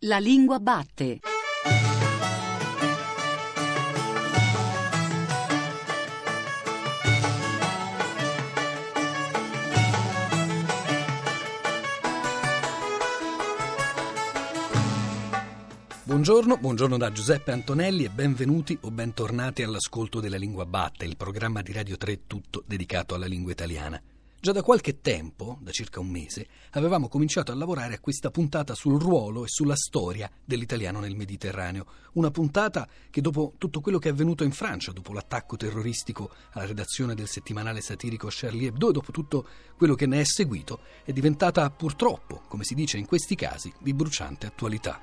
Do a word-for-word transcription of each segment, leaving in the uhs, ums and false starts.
La lingua batte. Buongiorno, buongiorno da Giuseppe Antonelli e benvenuti o bentornati all'ascolto della Lingua Batte, il programma di Radio tre tutto dedicato alla lingua italiana. Già da qualche tempo, da circa un mese, avevamo cominciato a lavorare a questa puntata sul ruolo e sulla storia dell'italiano nel Mediterraneo. Una puntata che dopo tutto quello che è avvenuto in Francia, dopo l'attacco terroristico alla redazione del settimanale satirico Charlie Hebdo e dopo tutto quello che ne è seguito, è diventata purtroppo, come si dice in questi casi, di bruciante attualità.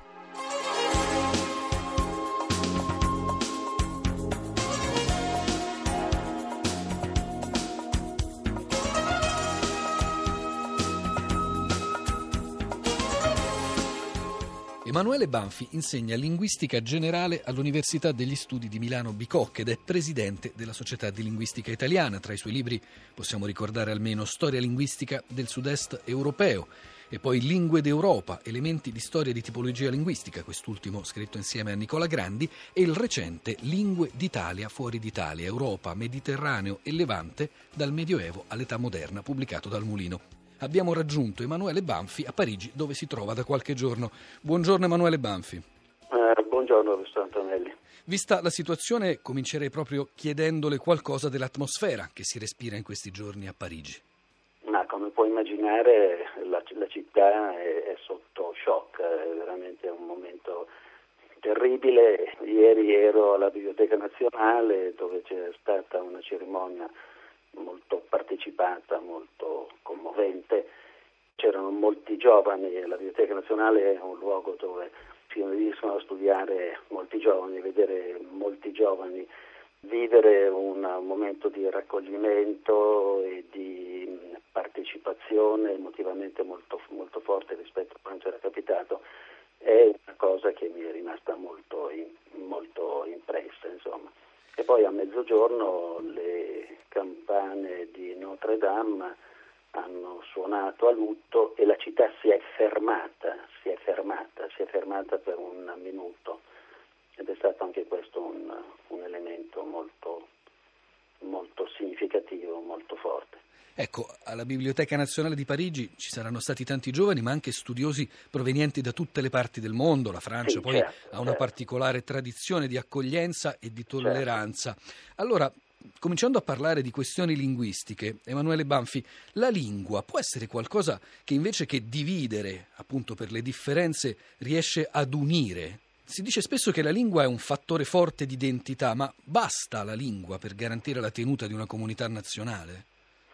Emanuele Banfi insegna linguistica generale all'Università degli Studi di Milano Bicocca ed è presidente della Società di Linguistica Italiana. Tra i suoi libri possiamo ricordare almeno Storia linguistica del sud-est europeo e poi Lingue d'Europa, elementi di storia di tipologia linguistica, quest'ultimo scritto insieme a Nicola Grandi, e il recente Lingue d'Italia fuori d'Italia, Europa, Mediterraneo e Levante dal Medioevo all'età moderna, pubblicato dal Mulino. Abbiamo raggiunto Emanuele Banfi a Parigi, dove si trova da qualche giorno. Buongiorno Emanuele Banfi. Eh, buongiorno professor Antonelli. Vista la situazione, comincerei proprio chiedendole qualcosa dell'atmosfera che si respira in questi giorni a Parigi. Ma come puoi immaginare la, la città è, è sotto shock, è veramente un momento terribile. Ieri ero alla Biblioteca Nazionale dove c'è stata una cerimonia molto partecipata, molto commovente. C'erano molti giovani, la Biblioteca Nazionale è un luogo dove si riescono a studiare molti giovani, vedere molti giovani vivere un momento di raccoglimento e di partecipazione emotivamente molto, molto forte rispetto a quanto era capitato è una cosa che mi è rimasta molto, molto impressa, insomma. E poi a mezzogiorno le campane di Notre Dame hanno suonato a lutto e la città si è fermata, si è fermata, si è fermata per un minuto ed è stato anche questo un, un elemento molto, molto significativo, molto forte. Ecco, alla Biblioteca Nazionale di Parigi ci saranno stati tanti giovani, ma anche studiosi provenienti da tutte le parti del mondo. La Francia sì, poi certo, ha una certo. particolare tradizione di accoglienza e di tolleranza. Certo. Allora, cominciando a parlare di questioni linguistiche, Emanuele Banfi, la lingua può essere qualcosa che invece che dividere, appunto per le differenze, riesce ad unire? Si dice spesso che la lingua è un fattore forte di identità, ma basta la lingua per garantire la tenuta di una comunità nazionale?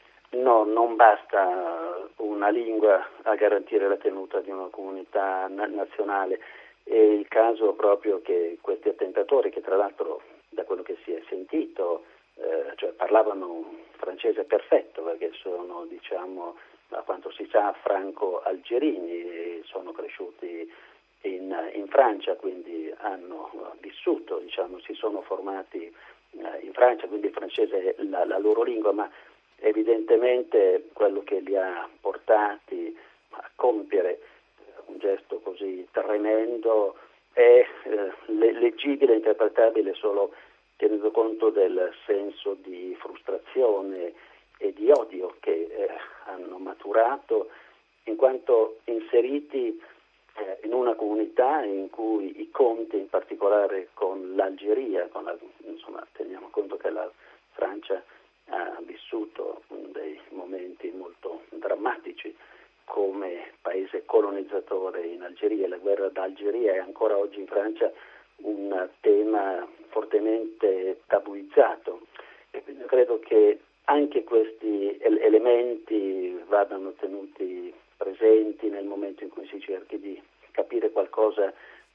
No, non basta una lingua a garantire la tenuta di una comunità na- nazionale. È il caso proprio che questi attentatori, che tra l'altro da quello che si è sentito, eh, cioè parlavano un francese perfetto, perché sono, diciamo, a quanto si sa, franco-algerini e sono cresciuti in, in Francia, quindi hanno vissuto, diciamo, si sono formati eh, in Francia, quindi il francese è la, la loro lingua, ma evidentemente quello che li ha portati a compiere un gesto così tremendo è eh, leggibile e interpretabile solo tenendo conto del senso di frustrazione e di odio che eh, hanno maturato in quanto inseriti eh, in una comunità in cui i conti, in particolare con l'Algeria, con la, insomma, teniamo conto che la Francia ha vissuto dei momenti molto drammatici come paese colonizzatore in Algeria. La guerra d'Algeria è ancora oggi in Francia un tema fortemente tabuizzato e quindi credo che anche questi elementi vadano tenuti presenti nel momento in cui si cerchi di capire qualcosa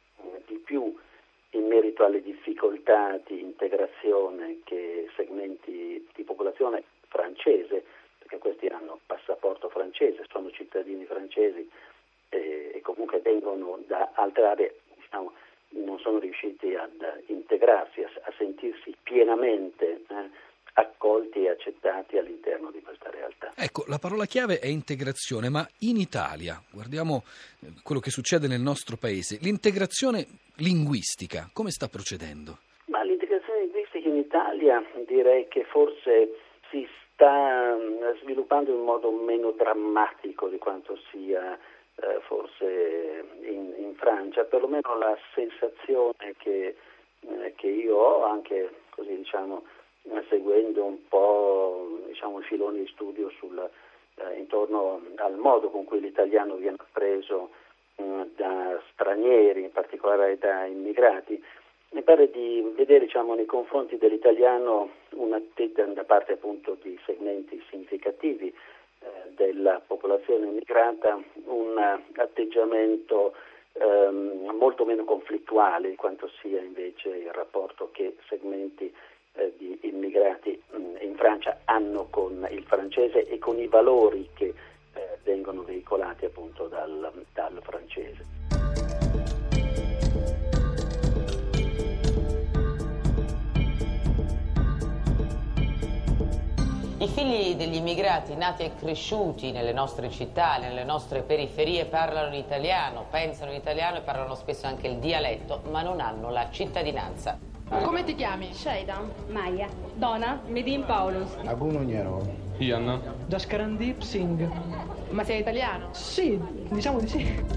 di più in merito alle difficoltà di integrazione che segmenti di popolazione francese, perché questi hanno passaporto francese, sono cittadini francesi e, e comunque vengono da altre aree, diciamo, non sono riusciti ad integrarsi, a, a sentirsi pienamente eh, accolti e accettati all'interno di questa realtà. Ecco, la parola chiave è integrazione, ma in Italia, guardiamo quello che succede nel nostro paese. L'integrazione linguistica, come sta procedendo? Ma l'integrazione linguistica in Italia direi che forse si sta sviluppando in modo meno drammatico di quanto sia eh, forse in, in Francia, perlomeno la sensazione che, eh, che io ho, anche così diciamo seguendo un po' diciamo il filone di studio sul, eh, intorno al modo con cui l'italiano viene appreso mh, da stranieri, in particolare da immigrati. Mi pare di vedere diciamo, nei confronti dell'italiano una da parte appunto di segmenti significativi eh, della popolazione immigrata un atteggiamento ehm, molto meno conflittuale di quanto sia invece il rapporto che segmenti eh, di immigrati mh, in Francia hanno con il francese e con i valori che eh, vengono veicolati appunto dal, dal francese. I figli degli immigrati nati e cresciuti nelle nostre città, nelle nostre periferie parlano in italiano, pensano in italiano e parlano spesso anche il dialetto, ma non hanno la cittadinanza. Come ti chiami? Shaidan. Maya. Dona? Medin Paulus. Aguno Niero. Ian. Daskarandip Singh. Ma sei italiano? Sì, diciamo di sì.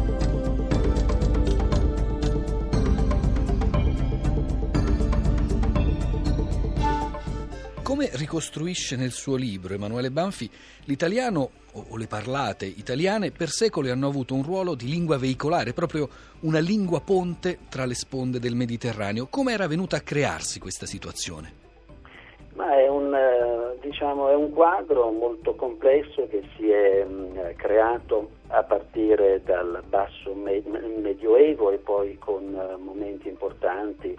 Come ricostruisce nel suo libro Emanuele Banfi, l'italiano o le parlate italiane per secoli hanno avuto un ruolo di lingua veicolare, proprio una lingua ponte tra le sponde del Mediterraneo. Come era venuta a crearsi questa situazione? Ma è un, diciamo, è un quadro molto complesso che si è mh, creato a partire dal basso medioevo e poi con uh, momenti importanti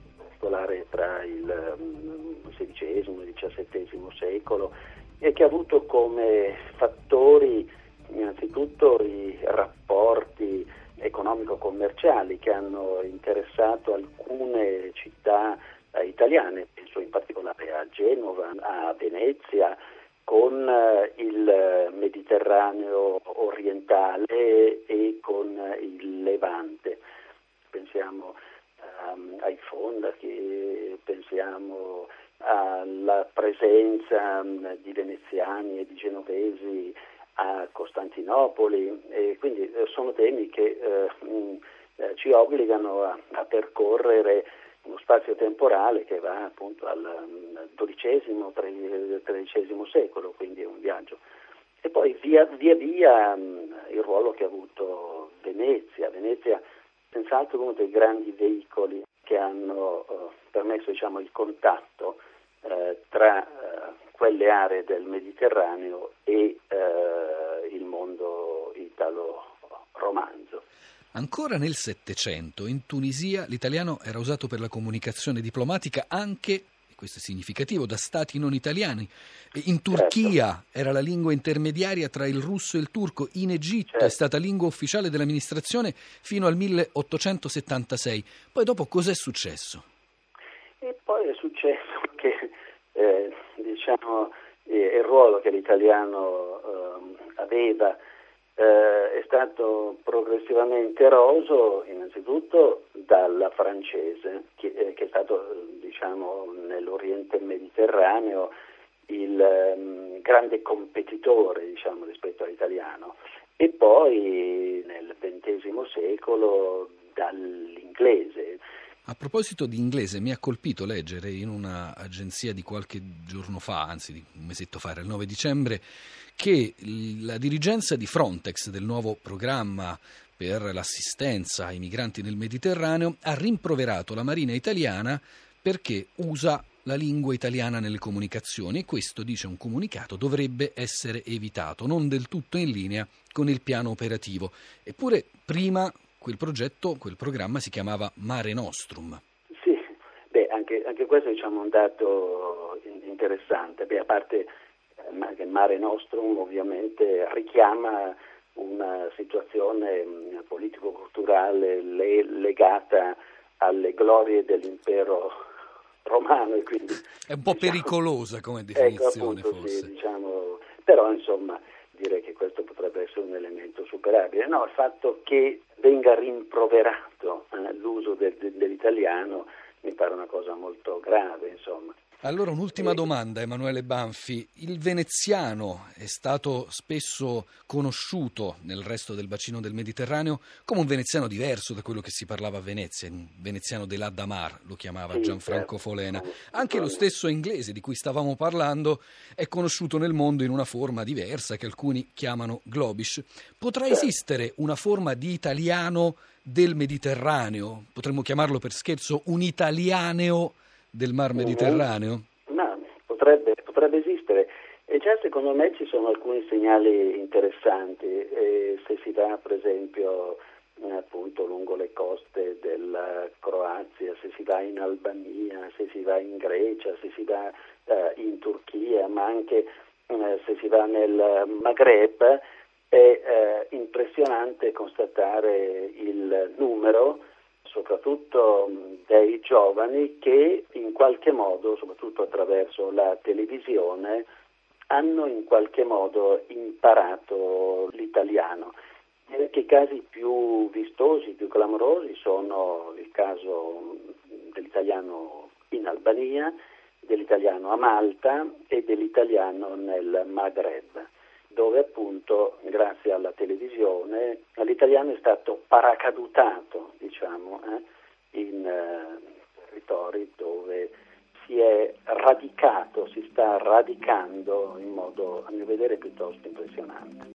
tra il sedicesimo e il diciassettesimo secolo e che ha avuto come fattori innanzitutto i rapporti economico-commerciali che hanno interessato alcune città eh, italiane, penso in particolare a Genova, a Venezia, con eh, il Mediterraneo orientale e con il Levante. Pensiamo Um, ai Fondachi, pensiamo alla presenza um, di veneziani e di genovesi a Costantinopoli e quindi eh, sono temi che eh, mh, eh, ci obbligano a, a percorrere uno spazio temporale che va appunto al dodicesimo, tredicesimo secolo, quindi è un viaggio. E poi via via, via mh, il ruolo che ha avuto Venezia. Venezia senz'altro uno dei grandi veicoli che hanno eh, permesso diciamo, il contatto eh, tra eh, quelle aree del Mediterraneo e eh, il mondo italo-romanzo. Ancora nel Settecento in Tunisia l'italiano era usato per la comunicazione diplomatica anche, questo è significativo, da stati non italiani. In Turchia certo. Era la lingua intermediaria tra il russo e il turco, in Egitto certo. È stata lingua ufficiale dell'amministrazione fino al milleottocentosettantasei. Poi dopo cos'è successo? E poi è successo che eh, diciamo eh, il ruolo che l'italiano eh, aveva eh, è stato progressivamente eroso innanzitutto dalla francese che, eh, che è stato diciamo nell'Oriente Mediterraneo il um, grande competitore diciamo rispetto all'italiano e poi nel ventesimo secolo dall'inglese. A proposito di inglese, mi ha colpito leggere in una agenzia di qualche giorno fa, anzi di un mesetto fa, era il nove dicembre, che la dirigenza di Frontex del nuovo programma per l'assistenza ai migranti nel Mediterraneo ha rimproverato la Marina italiana perché usa la lingua italiana nelle comunicazioni e questo, dice un comunicato, dovrebbe essere evitato, non del tutto in linea con il piano operativo. Eppure prima quel progetto, quel programma si chiamava Mare Nostrum. Sì, beh, anche, anche questo diciamo un dato interessante. Beh, a parte che Mare Nostrum ovviamente richiama una situazione politico-culturale le, legata alle glorie dell'impero romano e quindi è un po' diciamo, pericolosa come definizione, ecco, appunto, forse sì, diciamo, però insomma direi che questo potrebbe essere un elemento superabile. No, il fatto che venga rimproverato eh, l'uso del, del, dell'italiano mi pare una cosa molto grave, insomma. Allora un'ultima domanda, Emanuele Banfi. Il veneziano è stato spesso conosciuto nel resto del bacino del Mediterraneo come un veneziano diverso da quello che si parlava a Venezia, un veneziano de la Damar, lo chiamava Gianfranco Folena. Anche lo stesso inglese di cui stavamo parlando è conosciuto nel mondo in una forma diversa che alcuni chiamano Globish. Potrà esistere una forma di italiano del Mediterraneo? Potremmo chiamarlo per scherzo un italianeo del Mar Mediterraneo? No, potrebbe, potrebbe esistere e già secondo me ci sono alcuni segnali interessanti. E se si va per esempio eh, appunto lungo le coste della Croazia, se si va in Albania, se si va in Grecia, se si va eh, in Turchia, ma anche eh, se si va nel Maghreb, è eh, impressionante constatare il numero soprattutto dei giovani che in qualche modo, soprattutto attraverso la televisione, hanno in qualche modo imparato l'italiano. Direi che i casi più vistosi, più clamorosi sono il caso dell'italiano in Albania, dell'italiano a Malta e dell'italiano nel Maghreb, dove appunto grazie alla televisione l'italiano è stato paracadutato, diciamo, eh, in eh, territori dove si è radicato, si sta radicando in modo a mio vedere piuttosto impressionante.